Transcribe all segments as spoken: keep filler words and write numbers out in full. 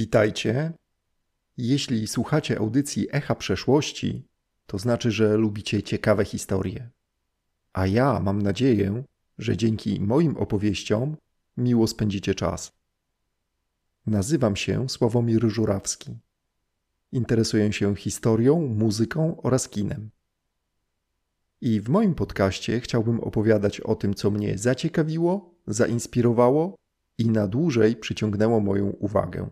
Witajcie. Jeśli słuchacie audycji Echa Przeszłości, to znaczy, że lubicie ciekawe historie. A ja mam nadzieję, że dzięki moim opowieściom miło spędzicie czas. Nazywam się Sławomir Żurawski. Interesuję się historią, muzyką oraz kinem. I w moim podcaście chciałbym opowiadać o tym, co mnie zaciekawiło, zainspirowało i na dłużej przyciągnęło moją uwagę.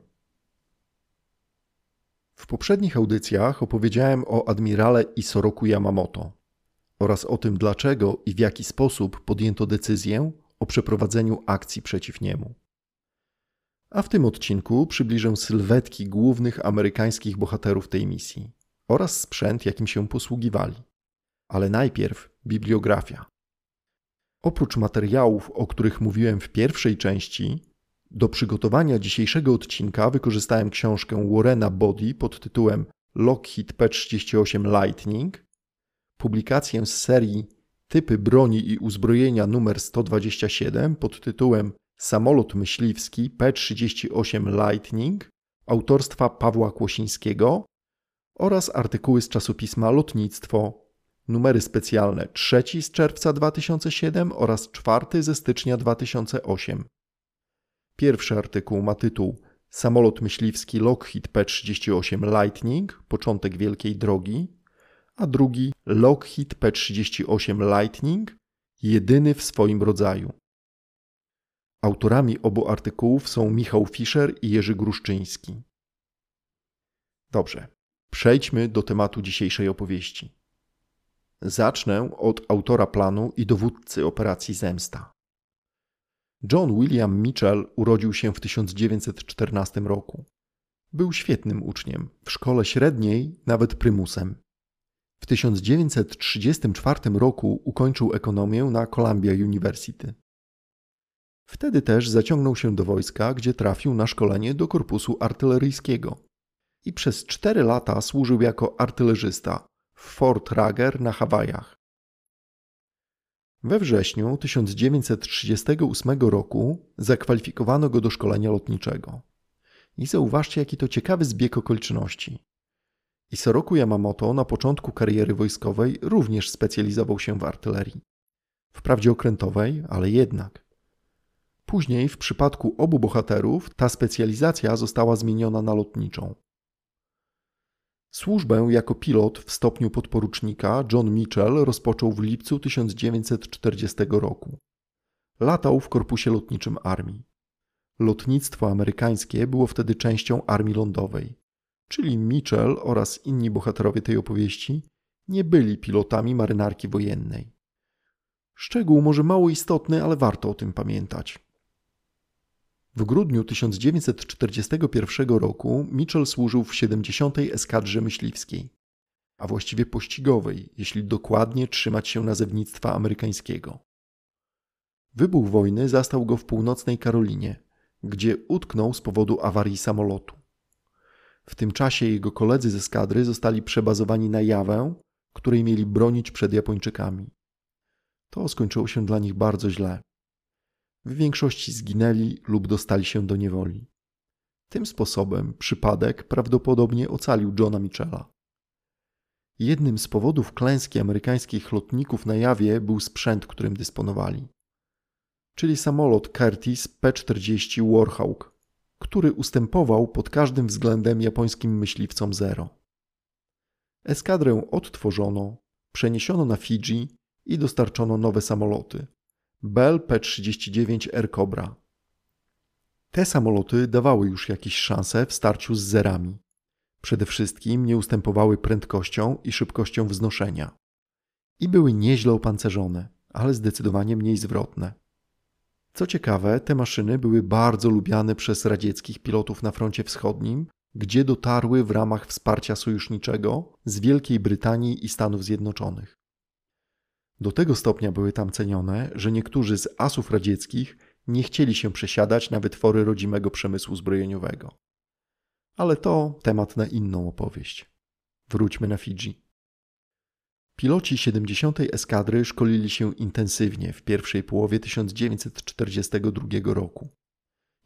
W poprzednich audycjach opowiedziałem o admirale Isoroku Yamamoto oraz o tym, dlaczego i w jaki sposób podjęto decyzję o przeprowadzeniu akcji przeciw niemu. A w tym odcinku przybliżę sylwetki głównych amerykańskich bohaterów tej misji oraz sprzęt, jakim się posługiwali. Ale najpierw bibliografia. Oprócz materiałów, o których mówiłem w pierwszej części, do przygotowania dzisiejszego odcinka wykorzystałem książkę Warrena Body pod tytułem Lockheed P trzydzieści osiem Lightning, publikację z serii Typy broni i uzbrojenia numer sto dwadzieścia siedem pod tytułem Samolot myśliwski P trzydzieści osiem Lightning autorstwa Pawła Kłosińskiego oraz artykuły z czasopisma Lotnictwo, numery specjalne trzeci z czerwca dwa tysiące siódmego oraz czwarty ze stycznia dwa tysiące ósmego. Pierwszy artykuł ma tytuł Samolot myśliwski Lockheed P trzydzieści osiem Lightning, początek wielkiej drogi, a drugi Lockheed P trzydzieści osiem Lightning, jedyny w swoim rodzaju. Autorami obu artykułów są Michał Fischer i Jerzy Gruszczyński. Dobrze, przejdźmy do tematu dzisiejszej opowieści. Zacznę od autora planu i dowódcy operacji Zemsta. John William Mitchell urodził się w tysiąc dziewięćset czternastym roku. Był świetnym uczniem, w szkole średniej nawet prymusem. W tysiąc dziewięćset trzydziestym czwartym roku ukończył ekonomię na Columbia University. Wtedy też zaciągnął się do wojska, gdzie trafił na szkolenie do korpusu artyleryjskiego i przez cztery lata służył jako artylerzysta w Fort Ruger na Hawajach. We wrześniu tysiąc dziewięćset trzydziestego ósmego roku zakwalifikowano go do szkolenia lotniczego. I zauważcie, jaki to ciekawy zbieg okoliczności. Isoroku Yamamoto na początku kariery wojskowej również specjalizował się w artylerii. Wprawdzie okrętowej, ale jednak. Później w przypadku obu bohaterów ta specjalizacja została zmieniona na lotniczą. Służbę jako pilot w stopniu podporucznika John Mitchell rozpoczął w lipcu tysiąc dziewięćset czterdziestego roku. Latał w korpusie lotniczym armii. Lotnictwo amerykańskie było wtedy częścią armii lądowej, czyli Mitchell oraz inni bohaterowie tej opowieści nie byli pilotami marynarki wojennej. Szczegół może mało istotny, ale warto o tym pamiętać. W grudniu tysiąc dziewięćset czterdziestego pierwszego roku Mitchell służył w siedemdziesiątej Eskadrze Myśliwskiej, a właściwie pościgowej, jeśli dokładnie trzymać się nazewnictwa amerykańskiego. Wybuch wojny zastał go w północnej Karolinie, gdzie utknął z powodu awarii samolotu. W tym czasie jego koledzy z eskadry zostali przebazowani na Jawę, której mieli bronić przed Japończykami. To skończyło się dla nich bardzo źle. W większości zginęli lub dostali się do niewoli. Tym sposobem przypadek prawdopodobnie ocalił Johna Mitchella. Jednym z powodów klęski amerykańskich lotników na Jawie był sprzęt, którym dysponowali, czyli samolot Curtiss P czterdzieści Warhawk, który ustępował pod każdym względem japońskim myśliwcom Zero. Eskadrę odtworzono, przeniesiono na Fidżi i dostarczono nowe samoloty Bell P trzydzieści dziewięć Air Cobra. Te samoloty dawały już jakieś szanse w starciu z zerami. Przede wszystkim nie ustępowały prędkością i szybkością wznoszenia. I były nieźle opancerzone, ale zdecydowanie mniej zwrotne. Co ciekawe, te maszyny były bardzo lubiane przez radzieckich pilotów na froncie wschodnim, gdzie dotarły w ramach wsparcia sojuszniczego z Wielkiej Brytanii i Stanów Zjednoczonych. Do tego stopnia były tam cenione, że niektórzy z asów radzieckich nie chcieli się przesiadać na wytwory rodzimego przemysłu zbrojeniowego. Ale to temat na inną opowieść. Wróćmy na Fidżi. Piloci siedemdziesiątej Eskadry szkolili się intensywnie w pierwszej połowie tysiąc dziewięćset czterdziestego drugiego roku.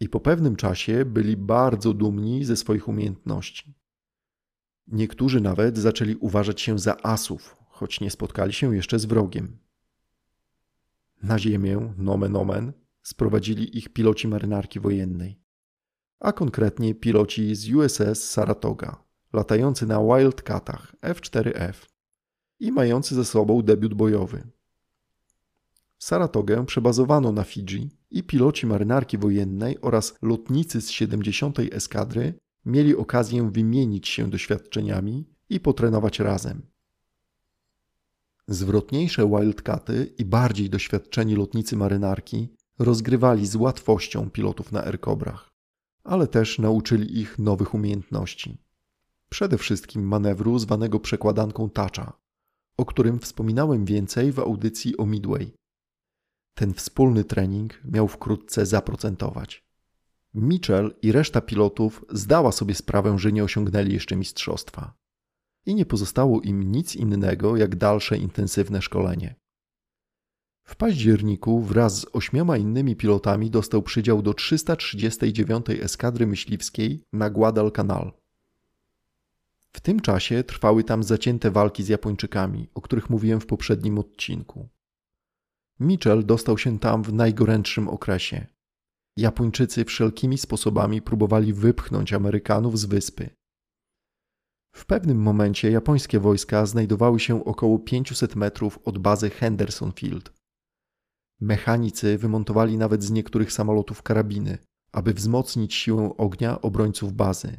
i po pewnym czasie byli bardzo dumni ze swoich umiejętności. Niektórzy nawet zaczęli uważać się za asów, choć nie spotkali się jeszcze z wrogiem. Na ziemię, nomen omen, sprowadzili ich piloci marynarki wojennej, a konkretnie piloci z U S S Saratoga, latający na Wildcatach F cztery F i mający ze sobą debiut bojowy. Saratogę przebazowano na Fidżi i piloci marynarki wojennej oraz lotnicy z siedemdziesiątej eskadry mieli okazję wymienić się doświadczeniami i potrenować razem. Zwrotniejsze Wildcaty i bardziej doświadczeni lotnicy marynarki rozgrywali z łatwością pilotów na Aircobrach, ale też nauczyli ich nowych umiejętności. Przede wszystkim manewru zwanego przekładanką Toucha, o którym wspominałem więcej w audycji o Midway. Ten wspólny trening miał wkrótce zaprocentować. Mitchell i reszta pilotów zdała sobie sprawę, że nie osiągnęli jeszcze mistrzostwa. I nie pozostało im nic innego jak dalsze intensywne szkolenie. W październiku wraz z ośmioma innymi pilotami dostał przydział do trzysta trzydziestej dziewiątej Eskadry Myśliwskiej na Guadalcanal. W tym czasie trwały tam zacięte walki z Japończykami, o których mówiłem w poprzednim odcinku. Mitchell dostał się tam w najgorętszym okresie. Japończycy wszelkimi sposobami próbowali wypchnąć Amerykanów z wyspy. W pewnym momencie japońskie wojska znajdowały się około pięćset metrów od bazy Henderson Field. Mechanicy wymontowali nawet z niektórych samolotów karabiny, aby wzmocnić siłę ognia obrońców bazy.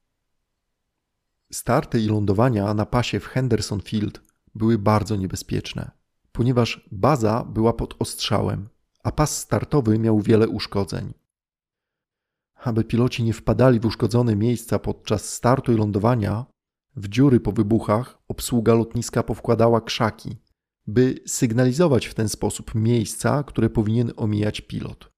Starty i lądowania na pasie w Henderson Field były bardzo niebezpieczne, ponieważ baza była pod ostrzałem, a pas startowy miał wiele uszkodzeń. Aby piloci nie wpadali w uszkodzone miejsca podczas startu i lądowania, w dziury po wybuchach obsługa lotniska powkładała krzaki, by sygnalizować w ten sposób miejsca, które powinien omijać pilot.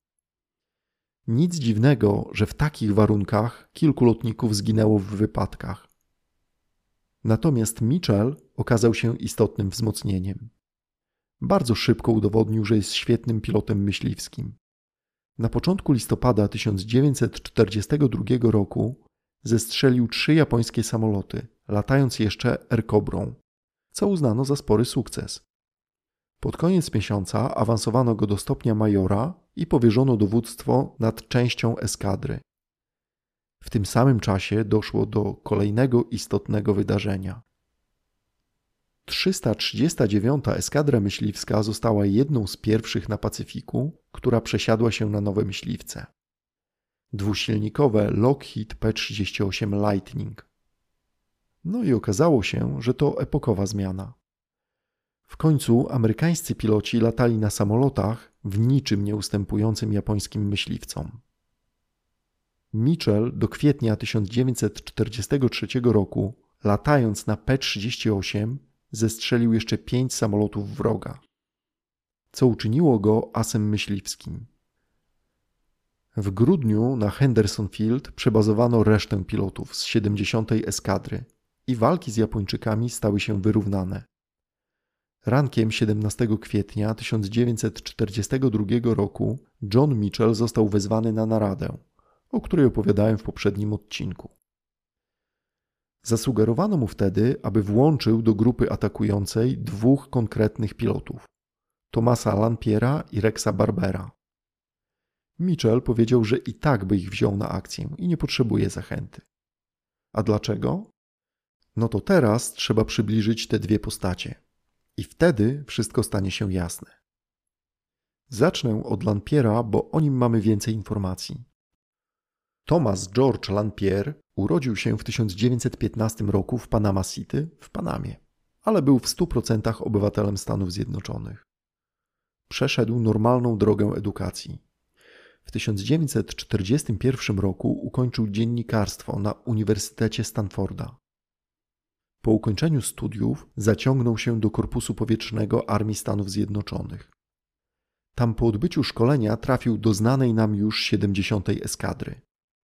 Nic dziwnego, że w takich warunkach kilku lotników zginęło w wypadkach. Natomiast Mitchell okazał się istotnym wzmocnieniem. Bardzo szybko udowodnił, że jest świetnym pilotem myśliwskim. Na początku listopada tysiąc dziewięćset czterdziestego drugiego roku zestrzelił trzy japońskie samoloty, latając jeszcze Aircobrą, co uznano za spory sukces. Pod koniec miesiąca awansowano go do stopnia majora i powierzono dowództwo nad częścią eskadry. W tym samym czasie doszło do kolejnego istotnego wydarzenia. trzysta trzydziesta dziewiąta Eskadra Myśliwska została jedną z pierwszych na Pacyfiku, która przesiadła się na nowe myśliwce. Dwusilnikowe Lockheed P trzydzieści osiem Lightning. No i okazało się, że to epokowa zmiana. W końcu amerykańscy piloci latali na samolotach w niczym nie ustępującym japońskim myśliwcom. Mitchell do kwietnia tysiąc dziewięćset czterdziestego trzeciego roku, latając na P trzydzieści osiem, zestrzelił jeszcze pięć samolotów wroga, co uczyniło go asem myśliwskim. W grudniu na Henderson Field przebazowano resztę pilotów z siedemdziesiątej eskadry i walki z Japończykami stały się wyrównane. Rankiem siedemnastego kwietnia tysiąc dziewięćset czterdziestego drugiego roku John Mitchell został wezwany na naradę, o której opowiadałem w poprzednim odcinku. Zasugerowano mu wtedy, aby włączył do grupy atakującej dwóch konkretnych pilotów, Thomasa Lanpiera i Rexa Barbera. Mitchell powiedział, że i tak by ich wziął na akcję i nie potrzebuje zachęty. A dlaczego? No to teraz trzeba przybliżyć te dwie postacie i wtedy wszystko stanie się jasne. Zacznę od Lanpiera, bo o nim mamy więcej informacji. Thomas George Lanphier urodził się w tysiąc dziewięćset piętnastym roku w Panama City w Panamie, ale był w stu procentach obywatelem Stanów Zjednoczonych. Przeszedł normalną drogę edukacji. W tysiąc dziewięćset czterdziestym pierwszym roku ukończył dziennikarstwo na Uniwersytecie Stanforda. Po ukończeniu studiów zaciągnął się do Korpusu Powietrznego Armii Stanów Zjednoczonych. Tam po odbyciu szkolenia trafił do znanej nam już siedemdziesiątej eskadry.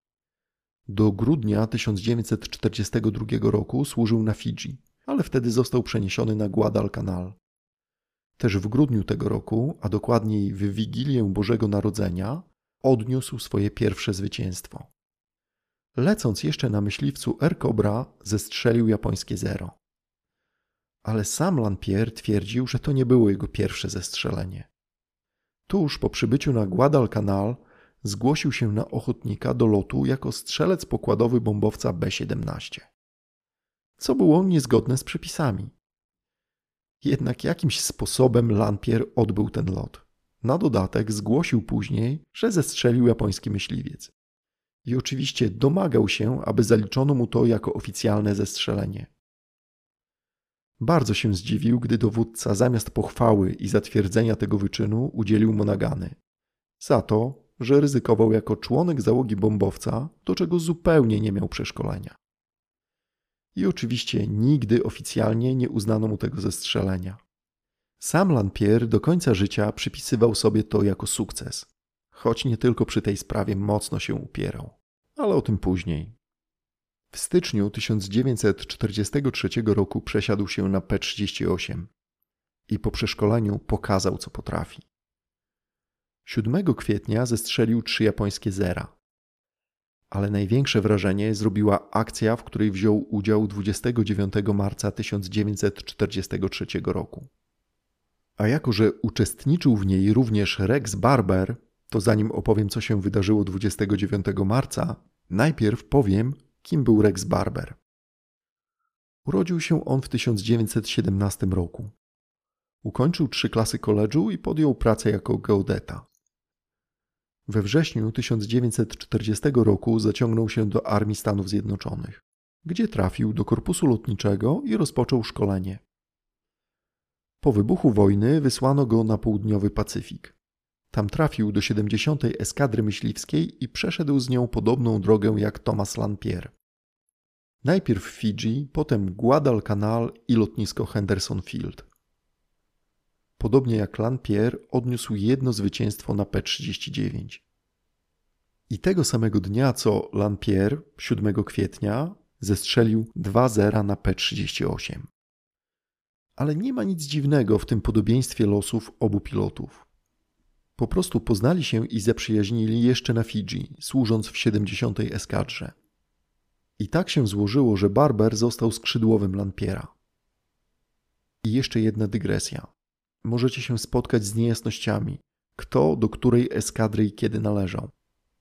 Do grudnia tysiąc dziewięćset czterdziestego drugiego roku służył na Fidżi, ale wtedy został przeniesiony na Guadalcanal. Też w grudniu tego roku, a dokładniej w Wigilię Bożego Narodzenia, odniósł swoje pierwsze zwycięstwo. Lecąc jeszcze na myśliwcu Air Cobra, zestrzelił japońskie zero. Ale sam Lampierre twierdził, że to nie było jego pierwsze zestrzelenie. Tuż po przybyciu na Guadalcanal zgłosił się na ochotnika do lotu jako strzelec pokładowy bombowca B siedemnaście. Co było niezgodne z przepisami. Jednak jakimś sposobem Lampierre odbył ten lot. Na dodatek zgłosił później, że zestrzelił japoński myśliwiec. I oczywiście domagał się, aby zaliczono mu to jako oficjalne zestrzelenie. Bardzo się zdziwił, gdy dowódca zamiast pochwały i zatwierdzenia tego wyczynu udzielił mu nagany. Za to, że ryzykował jako członek załogi bombowca, do czego zupełnie nie miał przeszkolenia. I oczywiście nigdy oficjalnie nie uznano mu tego zestrzelenia. Sam Lampierre do końca życia przypisywał sobie to jako sukces, choć nie tylko przy tej sprawie mocno się upierał, ale o tym później. W styczniu tysiąc dziewięćset czterdziestego trzeciego roku przesiadł się na P trzydzieści osiem i po przeszkoleniu pokazał, co potrafi. siódmego kwietnia zestrzelił trzy japońskie zera. Ale największe wrażenie zrobiła akcja, w której wziął udział dwudziestego dziewiątego marca tysiąc dziewięćset czterdziestego trzeciego roku. A jako że uczestniczył w niej również Rex Barber, to zanim opowiem, co się wydarzyło dwudziestego dziewiątego marca, najpierw powiem, kim był Rex Barber. Urodził się on w tysiąc dziewięćset siedemnastym roku. Ukończył trzy klasy koledżu i podjął pracę jako geodeta. We wrześniu tysiąc dziewięćset czterdziestego roku zaciągnął się do Armii Stanów Zjednoczonych, gdzie trafił do korpusu lotniczego i rozpoczął szkolenie. Po wybuchu wojny wysłano go na południowy Pacyfik. Tam trafił do siedemdziesiątej Eskadry Myśliwskiej i przeszedł z nią podobną drogę jak Thomas Lampierre. Najpierw Fidżi, potem Guadalcanal i lotnisko Henderson Field. Podobnie jak Lampierre odniósł jedno zwycięstwo na P trzydzieści dziewięć. I tego samego dnia co Lampierre, siódmego kwietnia, zestrzelił dwa zera na P trzydzieści osiem. Ale nie ma nic dziwnego w tym podobieństwie losów obu pilotów. Po prostu poznali się i zaprzyjaźnili jeszcze na Fidżi, służąc w siedemdziesiątej Eskadrze. I tak się złożyło, że Barber został skrzydłowym Lampierre'a. I jeszcze jedna dygresja. Możecie się spotkać z niejasnościami, kto do której eskadry i kiedy należał.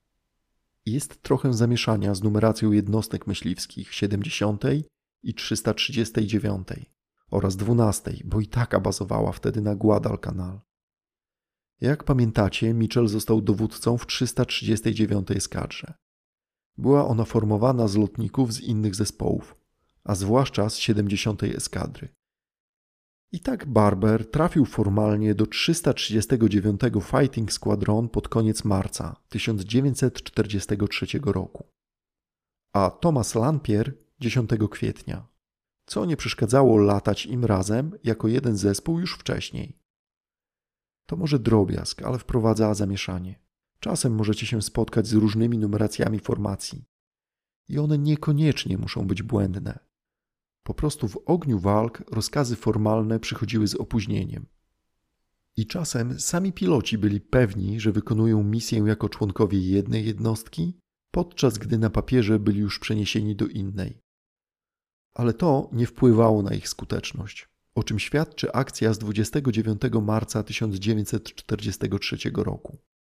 Jest trochę zamieszania z numeracją jednostek myśliwskich siedemdziesiątej i trzysta trzydziestej dziewiątej oraz dwunastej, bo i taka bazowała wtedy na Guadalcanal. Jak pamiętacie, Mitchell został dowódcą w trzysta trzydziestej dziewiątej eskadrze. Była ona formowana z lotników z innych zespołów, a zwłaszcza z siedemdziesiątej eskadry. I tak Barber trafił formalnie do trzysta trzydziestego dziewiątego Fighting Squadron pod koniec marca tysiąc dziewięćset czterdziestego trzeciego roku, a Thomas Lampierre dziesiątego kwietnia, co nie przeszkadzało latać im razem jako jeden zespół już wcześniej. To może drobiazg, ale wprowadza zamieszanie. Czasem możecie się spotkać z różnymi numeracjami formacji i one niekoniecznie muszą być błędne. Po prostu w ogniu walk rozkazy formalne przychodziły z opóźnieniem. I czasem sami piloci byli pewni, że wykonują misję jako członkowie jednej jednostki, podczas gdy na papierze byli już przeniesieni do innej. Ale to nie wpływało na ich skuteczność, o czym świadczy akcja z dwudziestego dziewiątego marca tysiąc dziewięćset czterdziestego trzeciego roku.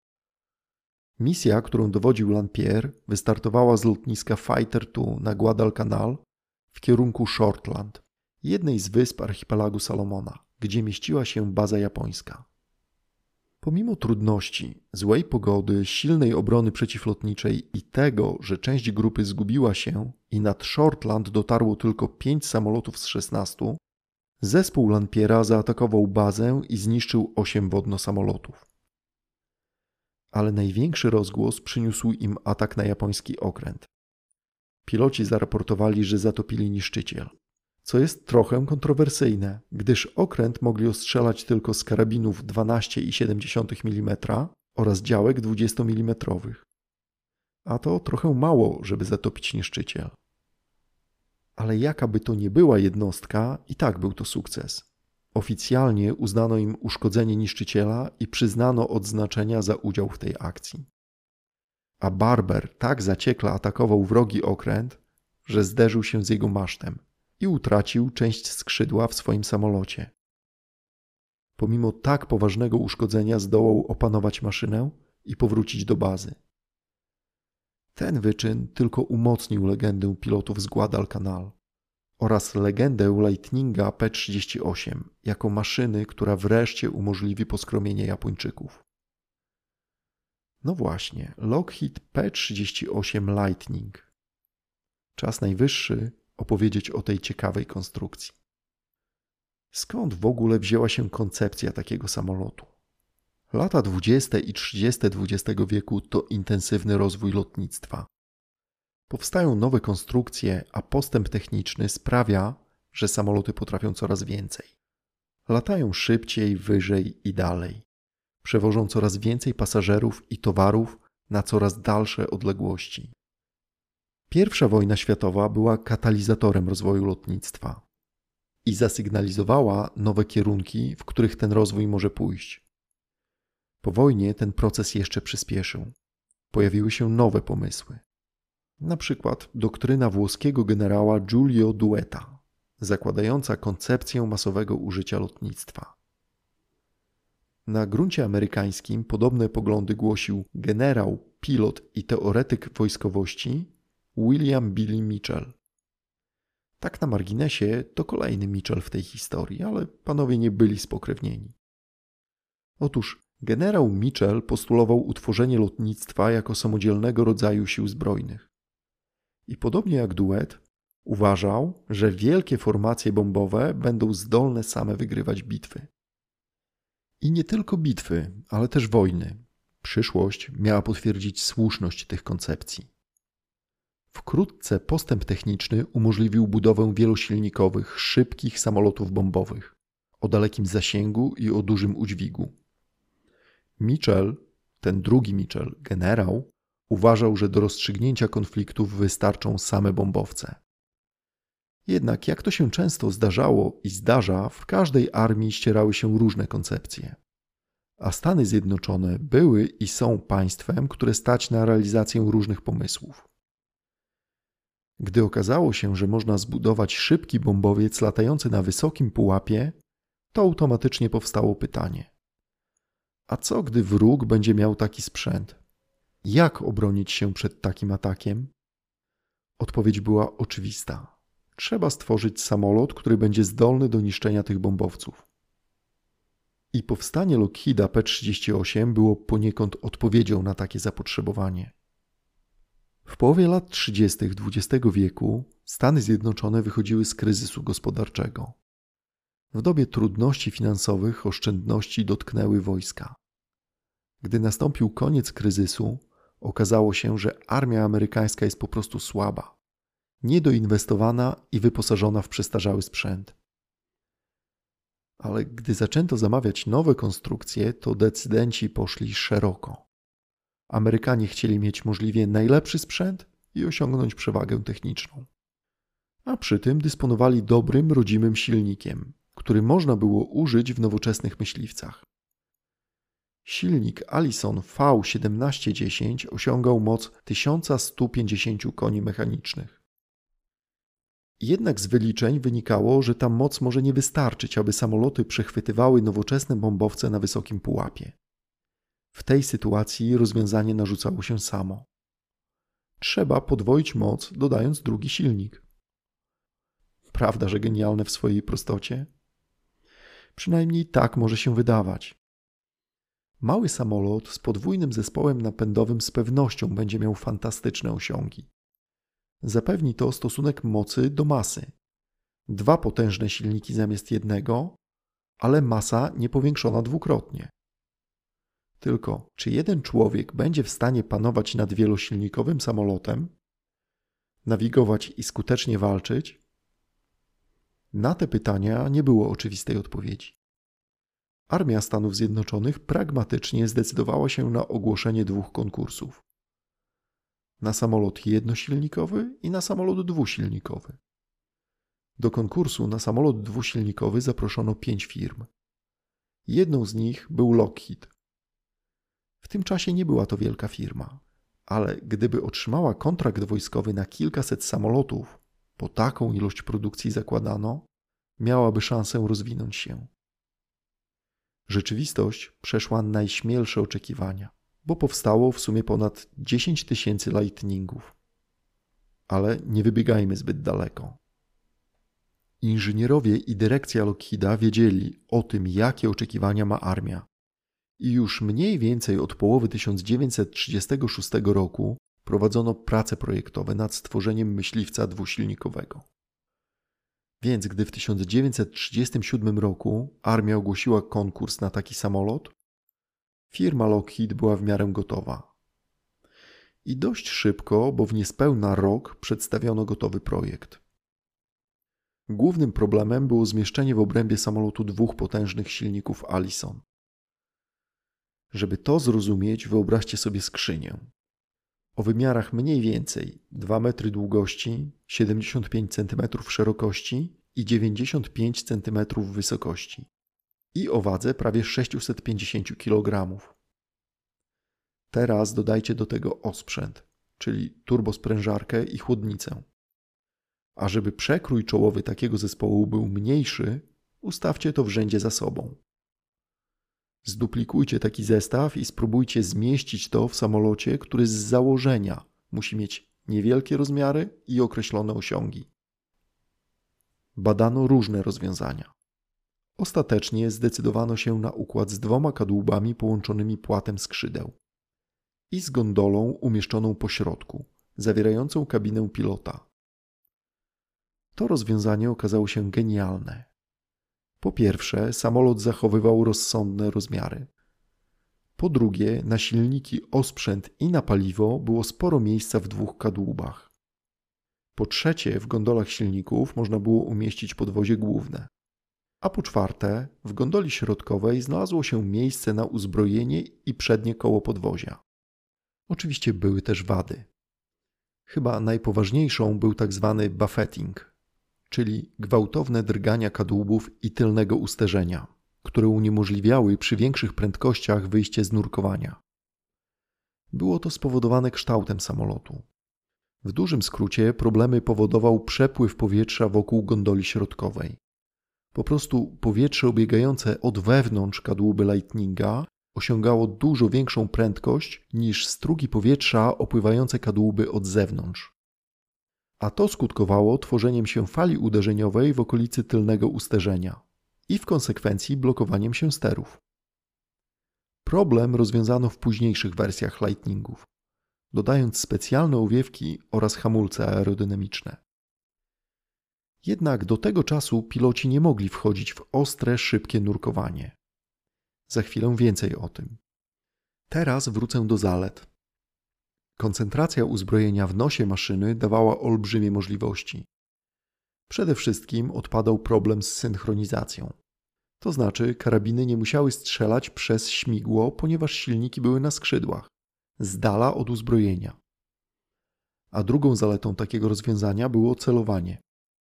Misja, którą dowodził Lampierre, wystartowała z lotniska Fighter dwa na Guadalcanal w kierunku Shortland, jednej z wysp archipelagu Salomona, gdzie mieściła się baza japońska. Pomimo trudności, złej pogody, silnej obrony przeciwlotniczej i tego, że część grupy zgubiła się i nad Shortland dotarło tylko pięć samolotów z szesnastu, zespół Lampierre'a zaatakował bazę i zniszczył osiem wodno-samolotów. Ale największy rozgłos przyniósł im atak na japoński okręt. Piloci zaraportowali, że zatopili niszczyciel, co jest trochę kontrowersyjne, gdyż okręt mogli ostrzelać tylko z karabinów dwanaście i siedem dziesiątych milimetra oraz działek dwudziestomilimetrowych. A to trochę mało, żeby zatopić niszczyciel. Ale jaka by to nie była jednostka, i tak był to sukces. Oficjalnie uznano im uszkodzenie niszczyciela i przyznano odznaczenia za udział w tej akcji. a Barber tak zaciekle atakował wrogi okręt, że zderzył się z jego masztem i utracił część skrzydła w swoim samolocie. Pomimo tak poważnego uszkodzenia zdołał opanować maszynę i powrócić do bazy. Ten wyczyn tylko umocnił legendę pilotów z Guadalcanal oraz legendę Lightninga P trzydzieści osiem jako maszyny, która wreszcie umożliwi poskromienie Japończyków. No właśnie, Lockheed P trzydzieści osiem Lightning. Czas najwyższy opowiedzieć o tej ciekawej konstrukcji. Skąd w ogóle wzięła się koncepcja takiego samolotu? Lata dwudzieste i trzydzieste dwudziestego wieku to intensywny rozwój lotnictwa. Powstają nowe konstrukcje, a postęp techniczny sprawia, że samoloty potrafią coraz więcej. Latają szybciej, wyżej i dalej. Przewożą coraz więcej pasażerów i towarów na coraz dalsze odległości. Pierwsza wojna światowa była katalizatorem rozwoju lotnictwa i zasygnalizowała nowe kierunki, w których ten rozwój może pójść. Po wojnie ten proces jeszcze przyspieszył. Pojawiły się nowe pomysły. Na przykład doktryna włoskiego generała Giulio Doueta, zakładająca koncepcję masowego użycia lotnictwa. Na gruncie amerykańskim podobne poglądy głosił generał, pilot i teoretyk wojskowości William Billy Mitchell. Tak na marginesie to kolejny Mitchell w tej historii, ale panowie nie byli spokrewnieni. Otóż generał Mitchell postulował utworzenie lotnictwa jako samodzielnego rodzaju sił zbrojnych. I podobnie jak Douet, uważał, że wielkie formacje bombowe będą zdolne same wygrywać bitwy. I nie tylko bitwy, ale też wojny. Przyszłość miała potwierdzić słuszność tych koncepcji. Wkrótce postęp techniczny umożliwił budowę wielosilnikowych, szybkich samolotów bombowych o dalekim zasięgu i o dużym udźwigu. Mitchell, ten drugi Mitchell, generał, uważał, że do rozstrzygnięcia konfliktów wystarczą same bombowce. Jednak jak to się często zdarzało i zdarza, w każdej armii ścierały się różne koncepcje. A Stany Zjednoczone były i są państwem, które stać na realizację różnych pomysłów. Gdy okazało się, że można zbudować szybki bombowiec latający na wysokim pułapie, to automatycznie powstało pytanie: a co gdy wróg będzie miał taki sprzęt? Jak obronić się przed takim atakiem? Odpowiedź była oczywista. Trzeba stworzyć samolot, który będzie zdolny do niszczenia tych bombowców. I powstanie Lockheeda P trzydzieści osiem było poniekąd odpowiedzią na takie zapotrzebowanie. W połowie lat trzydziestych dwudziestego wieku Stany Zjednoczone wychodziły z kryzysu gospodarczego. W dobie trudności finansowych oszczędności dotknęły wojska. Gdy nastąpił koniec kryzysu, okazało się, że armia amerykańska jest po prostu słaba, niedoinwestowana i wyposażona w przestarzały sprzęt. Ale gdy zaczęto zamawiać nowe konstrukcje, to decydenci poszli szeroko. Amerykanie chcieli mieć możliwie najlepszy sprzęt i osiągnąć przewagę techniczną. A przy tym dysponowali dobrym, rodzimym silnikiem, który można było użyć w nowoczesnych myśliwcach. Silnik Allison V siedemnaście dziesięć osiągał moc tysiąc sto pięćdziesiąt koni mechanicznych. Jednak z wyliczeń wynikało, że ta moc może nie wystarczyć, aby samoloty przechwytywały nowoczesne bombowce na wysokim pułapie. W tej sytuacji rozwiązanie narzucało się samo. Trzeba podwoić moc, dodając drugi silnik. Prawda, że genialne w swojej prostocie? Przynajmniej tak może się wydawać. Mały samolot z podwójnym zespołem napędowym z pewnością będzie miał fantastyczne osiągi. Zapewni to stosunek mocy do masy. Dwa potężne silniki zamiast jednego, ale masa niepowiększona dwukrotnie. Tylko czy jeden człowiek będzie w stanie panować nad wielosilnikowym samolotem, nawigować i skutecznie walczyć? Na te pytania nie było oczywistej odpowiedzi. Armia Stanów Zjednoczonych pragmatycznie zdecydowała się na ogłoszenie dwóch konkursów. Na samolot jednosilnikowy i na samolot dwusilnikowy. Do konkursu na samolot dwusilnikowy zaproszono pięć firm. Jedną z nich był Lockheed. W tym czasie nie była to wielka firma. Ale gdyby otrzymała kontrakt wojskowy na kilkaset samolotów, bo taką ilość produkcji zakładano, miałaby szansę rozwinąć się. Rzeczywistość przeszła najśmielsze oczekiwania, bo powstało w sumie ponad dziesięć tysięcy Lightningów. Ale nie wybiegajmy zbyt daleko. Inżynierowie i dyrekcja Lockheeda wiedzieli o tym, jakie oczekiwania ma armia. I już mniej więcej od połowy tysiąc dziewięćset trzydziestego szóstego roku prowadzono prace projektowe nad stworzeniem myśliwca dwusilnikowego. Więc gdy w tysiąc dziewięćset trzydziestym siódmym roku armia ogłosiła konkurs na taki samolot, firma Lockheed była w miarę gotowa. I dość szybko, bo w niespełna rok przedstawiono gotowy projekt. Głównym problemem było zmieszczenie w obrębie samolotu dwóch potężnych silników Allison. Żeby to zrozumieć, wyobraźcie sobie skrzynię. O wymiarach mniej więcej dwa metry długości, siedemdziesiąt pięć centymetrów szerokości i dziewięćdziesiąt pięć centymetrów wysokości. I o wadze prawie sześćset pięćdziesiąt kilogramów. Teraz dodajcie do tego osprzęt, czyli turbosprężarkę i chłodnicę. A żeby przekrój czołowy takiego zespołu był mniejszy, ustawcie to w rzędzie za sobą. Zduplikujcie taki zestaw i spróbujcie zmieścić to w samolocie, który z założenia musi mieć niewielkie rozmiary i określone osiągi. Badano różne rozwiązania. Ostatecznie zdecydowano się na układ z dwoma kadłubami połączonymi płatem skrzydeł i z gondolą umieszczoną po środku, zawierającą kabinę pilota. To rozwiązanie okazało się genialne. Po pierwsze, samolot zachowywał rozsądne rozmiary. Po drugie, na silniki, osprzęt i na paliwo było sporo miejsca w dwóch kadłubach. Po trzecie, w gondolach silników można było umieścić podwozie główne. A po czwarte, w gondoli środkowej znalazło się miejsce na uzbrojenie i przednie koło podwozia. Oczywiście były też wady. Chyba najpoważniejszą był tak zwany buffeting, czyli gwałtowne drgania kadłubów i tylnego usterzenia, które uniemożliwiały przy większych prędkościach wyjście z nurkowania. Było to spowodowane kształtem samolotu. W dużym skrócie problemy powodował przepływ powietrza wokół gondoli środkowej. Po prostu powietrze obiegające od wewnątrz kadłuby Lightninga osiągało dużo większą prędkość niż strugi powietrza opływające kadłuby od zewnątrz. A to skutkowało tworzeniem się fali uderzeniowej w okolicy tylnego usterzenia i w konsekwencji blokowaniem się sterów. Problem rozwiązano w późniejszych wersjach Lightningów, dodając specjalne owiewki oraz hamulce aerodynamiczne. Jednak do tego czasu piloci nie mogli wchodzić w ostre, szybkie nurkowanie. Za chwilę więcej o tym. Teraz wrócę do zalet. Koncentracja uzbrojenia w nosie maszyny dawała olbrzymie możliwości. Przede wszystkim odpadał problem z synchronizacją. To znaczy karabiny nie musiały strzelać przez śmigło, ponieważ silniki były na skrzydłach, z dala od uzbrojenia. A drugą zaletą takiego rozwiązania było celowanie.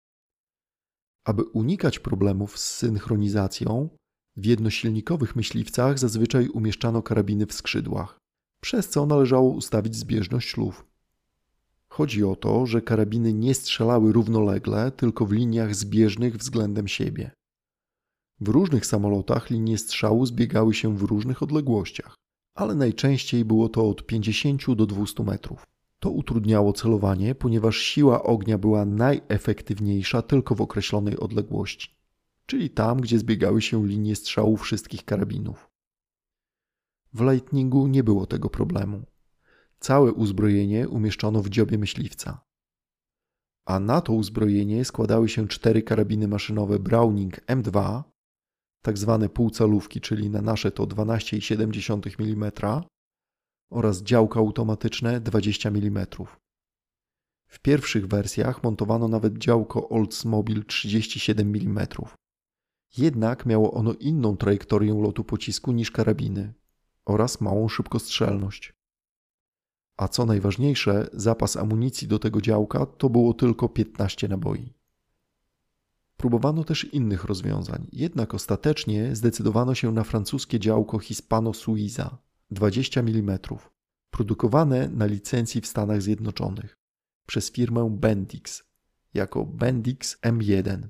Aby unikać problemów z synchronizacją, w jednosilnikowych myśliwcach zazwyczaj umieszczano karabiny w skrzydłach, przez co należało ustawić zbieżność luf. Chodzi o to, że karabiny nie strzelały równolegle, tylko w liniach zbieżnych względem siebie. W różnych samolotach linie strzału zbiegały się w różnych odległościach, ale najczęściej było to od pięćdziesięciu do dwustu metrów. To utrudniało celowanie, ponieważ siła ognia była najefektywniejsza tylko w określonej odległości, czyli tam, gdzie zbiegały się linie strzału wszystkich karabinów. W Lightningu nie było tego problemu. Całe uzbrojenie umieszczono w dziobie myśliwca. A na to uzbrojenie składały się cztery karabiny maszynowe Browning M dwa, tak zwane półcalówki, czyli na nasze to dwanaście przecinek siedem milimetra, oraz działka automatyczne dwadzieścia milimetrów. W pierwszych wersjach montowano nawet działko Oldsmobile trzydzieści siedem milimetrów. Jednak miało ono inną trajektorię lotu pocisku niż karabiny oraz małą szybkostrzelność. A co najważniejsze, zapas amunicji do tego działka to było tylko piętnaście naboi. Próbowano też innych rozwiązań, jednak ostatecznie zdecydowano się na francuskie działko Hispano Suiza dwadzieścia milimetrów, produkowane na licencji w Stanach Zjednoczonych przez firmę Bendix jako Bendix M jeden.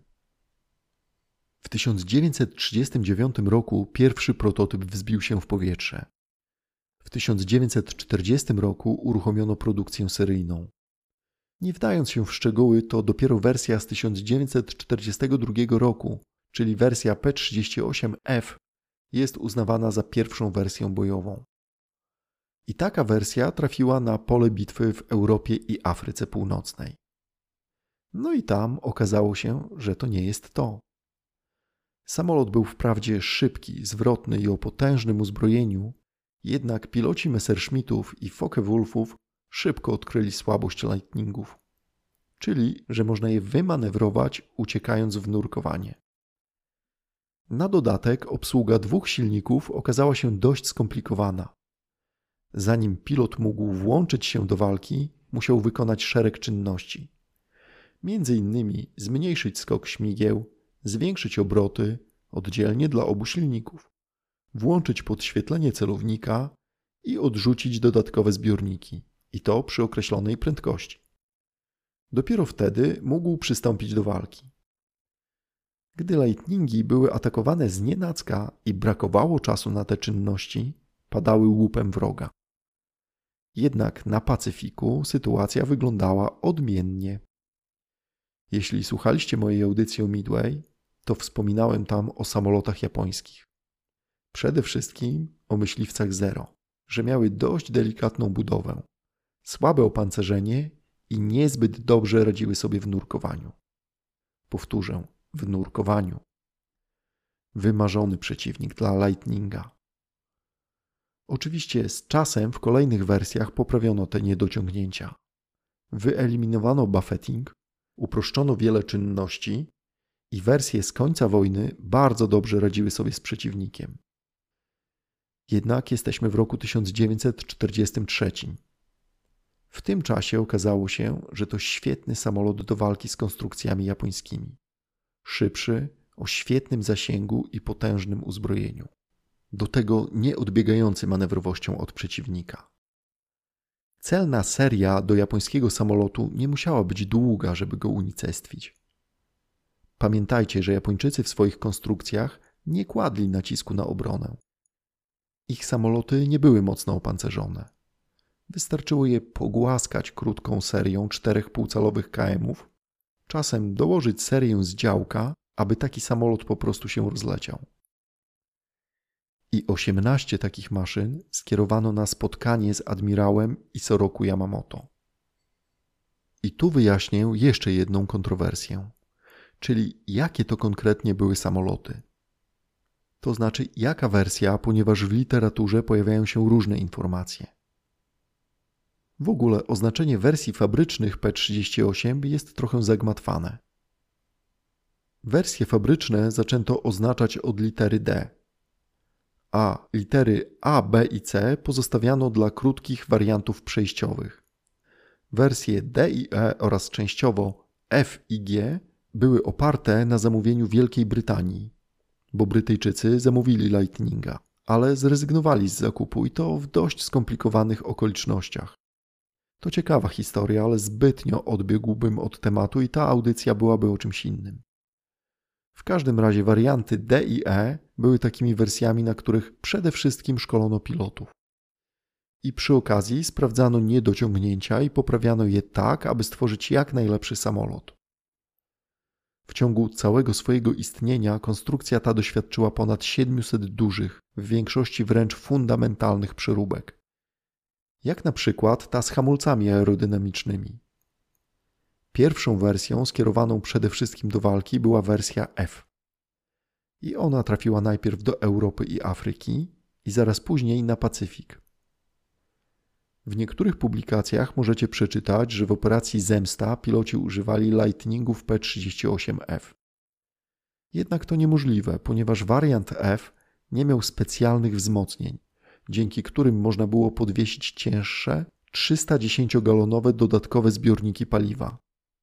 W tysiąc dziewięćset trzydziestym dziewiątym roku pierwszy prototyp wzbił się w powietrze. W tysiąc dziewięćset czterdziestym roku uruchomiono produkcję seryjną. Nie wdając się w szczegóły, to dopiero wersja z tysiąc dziewięćset czterdziestego drugiego roku, czyli wersja P trzydzieści osiem F, jest uznawana za pierwszą wersję bojową. I taka wersja trafiła na pole bitwy w Europie i Afryce Północnej. No i tam okazało się, że to nie jest to. Samolot był wprawdzie szybki, zwrotny i o potężnym uzbrojeniu, jednak piloci Messerschmittów i Focke-Wulfów szybko odkryli słabość Lightningów, czyli że można je wymanewrować, uciekając w nurkowanie. Na dodatek obsługa dwóch silników okazała się dość skomplikowana. Zanim pilot mógł włączyć się do walki, musiał wykonać szereg czynności. Między innymi zmniejszyć skok śmigieł, zwiększyć obroty oddzielnie dla obu silników, włączyć podświetlenie celownika i odrzucić dodatkowe zbiorniki, i to przy określonej prędkości. Dopiero wtedy mógł przystąpić do walki. Gdy Lightningi były atakowane znienacka i brakowało czasu na te czynności, padały łupem wroga. Jednak na Pacyfiku sytuacja wyglądała odmiennie. Jeśli słuchaliście mojej audycji o Midway, to wspominałem tam o samolotach japońskich. Przede wszystkim o myśliwcach Zero, że miały dość delikatną budowę, słabe opancerzenie i niezbyt dobrze radziły sobie w nurkowaniu. Powtórzę, w nurkowaniu. Wymarzony przeciwnik dla Lightninga. Oczywiście z czasem w kolejnych wersjach poprawiono te niedociągnięcia. Wyeliminowano buffeting, uproszczono wiele czynności i wersje z końca wojny bardzo dobrze radziły sobie z przeciwnikiem. Jednak jesteśmy w roku tysiąc dziewięćset czterdziestym trzecim. W tym czasie okazało się, że to świetny samolot do walki z konstrukcjami japońskimi. Szybszy, o świetnym zasięgu i potężnym uzbrojeniu. Do tego nie odbiegający manewrowością od przeciwnika. Celna seria do japońskiego samolotu nie musiała być długa, żeby go unicestwić. Pamiętajcie, że Japończycy w swoich konstrukcjach nie kładli nacisku na obronę. Ich samoloty nie były mocno opancerzone. Wystarczyło je pogłaskać krótką serią czterech półcalowych K M-ów, czasem dołożyć serię z działka, aby taki samolot po prostu się rozleciał. I osiemnaście takich maszyn skierowano na spotkanie z admirałem Isoroku Yamamoto. I tu wyjaśnię jeszcze jedną kontrowersję, czyli jakie to konkretnie były samoloty. To znaczy jaka wersja, ponieważ w literaturze pojawiają się różne informacje. W ogóle oznaczenie wersji fabrycznych P trzydzieści osiem jest trochę zagmatwane. Wersje fabryczne zaczęto oznaczać od litery D, a litery A, B i C pozostawiano dla krótkich wariantów przejściowych. Wersje D i E oraz częściowo F i G były oparte na zamówieniu Wielkiej Brytanii, bo Brytyjczycy zamówili Lightninga, ale zrezygnowali z zakupu i to w dość skomplikowanych okolicznościach. To ciekawa historia, ale zbytnio odbiegłbym od tematu i ta audycja byłaby o czymś innym. W każdym razie warianty D i E były takimi wersjami, na których przede wszystkim szkolono pilotów. I przy okazji sprawdzano niedociągnięcia i poprawiano je tak, aby stworzyć jak najlepszy samolot. W ciągu całego swojego istnienia konstrukcja ta doświadczyła ponad siedmiuset dużych, w większości wręcz fundamentalnych przeróbek. Jak na przykład ta z hamulcami aerodynamicznymi. Pierwszą wersją skierowaną przede wszystkim do walki była wersja F. I ona trafiła najpierw do Europy i Afryki i zaraz później na Pacyfik. W niektórych publikacjach możecie przeczytać, że w operacji Zemsta piloci używali Lightningów P trzydzieści osiem F. Jednak to niemożliwe, ponieważ wariant F nie miał specjalnych wzmocnień, dzięki którym można było podwiesić cięższe trzystadziesięciogalonowe dodatkowe zbiorniki paliwa.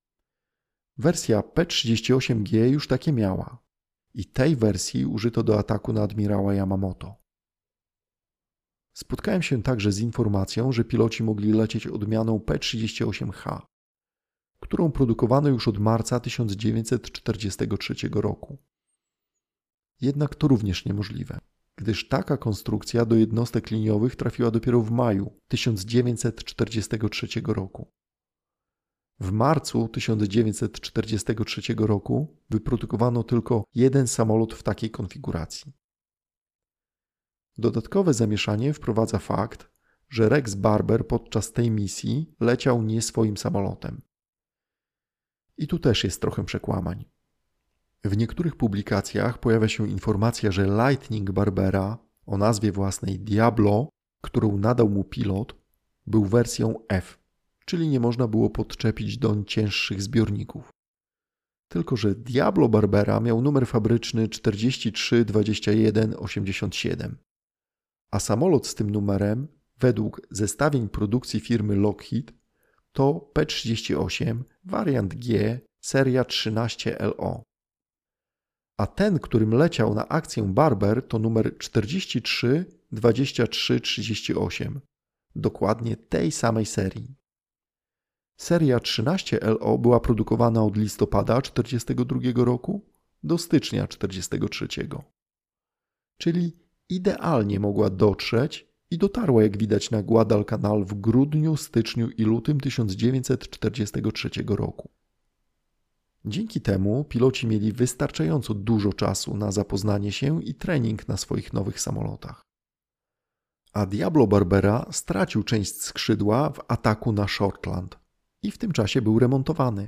Wersja P trzydzieści osiem G już takie miała i tej wersji użyto do ataku na admirała Yamamoto. Spotkałem się także z informacją, że piloci mogli lecieć odmianą P trzydzieści osiem H, którą produkowano już od marca tysiąc dziewięćset czterdziestego trzeciego roku. Jednak to również niemożliwe, gdyż taka konstrukcja do jednostek liniowych trafiła dopiero w maju tysiąc dziewięćset czterdziestego trzeciego roku. W marcu tysiąc dziewięćset czterdziestego trzeciego roku wyprodukowano tylko jeden samolot w takiej konfiguracji. Dodatkowe zamieszanie wprowadza fakt, że Rex Barber podczas tej misji leciał nie swoim samolotem. I tu też jest trochę przekłamań. W niektórych publikacjach pojawia się informacja, że Lightning Barbera o nazwie własnej Diablo, którą nadał mu pilot, był wersją F, czyli nie można było podczepić doń cięższych zbiorników. Tylko że Diablo Barbera miał numer fabryczny czterdzieści trzy dwadzieścia jeden osiemdziesiąt siedem, a samolot z tym numerem, według zestawień produkcji firmy Lockheed, to P trzydzieści osiem, wariant G, seria trzynaście L O. A ten, którym leciał na akcję Barber, to numer czterdzieści trzy dwadzieścia trzy trzydzieści osiem, dokładnie tej samej serii. Seria trzynaście L O była produkowana od listopada tysiąc dziewięćset czterdziestego drugiego roku do stycznia tysiąc dziewięćset czterdziestego trzeciego. Czyli idealnie mogła dotrzeć i dotarła, jak widać, na Guadalcanal w grudniu, styczniu i lutym tysiąc dziewięćset czterdziestego trzeciego roku. Dzięki temu piloci mieli wystarczająco dużo czasu na zapoznanie się i trening na swoich nowych samolotach. A Diablo Barbera stracił część skrzydła w ataku na Shortland i w tym czasie był remontowany.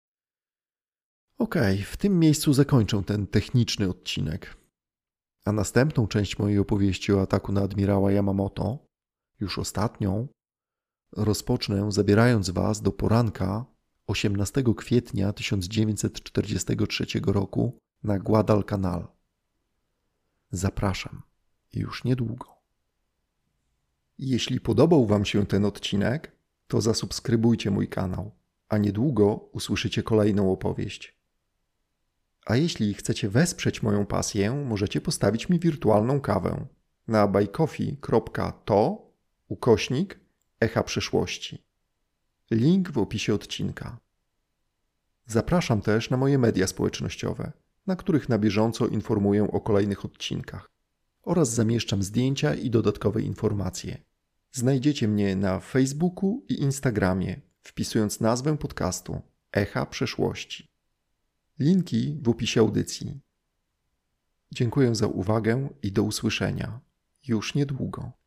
Okej, okay, w tym miejscu zakończę ten techniczny odcinek. A następną część mojej opowieści o ataku na admirała Yamamoto, już ostatnią, rozpocznę zabierając Was do poranka osiemnastego kwietnia tysiąc dziewięćset czterdziestego trzeciego roku na Guadalcanal. Zapraszam już niedługo. Jeśli podobał Wam się ten odcinek, to zasubskrybujcie mój kanał, a niedługo usłyszycie kolejną opowieść. A jeśli chcecie wesprzeć moją pasję, możecie postawić mi wirtualną kawę na buycoffee kropka to ukośnik echa przeszłości. Link w opisie odcinka. Zapraszam też na moje media społecznościowe, na których na bieżąco informuję o kolejnych odcinkach oraz zamieszczam zdjęcia i dodatkowe informacje. Znajdziecie mnie na Facebooku i Instagramie, wpisując nazwę podcastu Echa Przeszłości. Linki w opisie audycji. Dziękuję za uwagę i do usłyszenia już niedługo.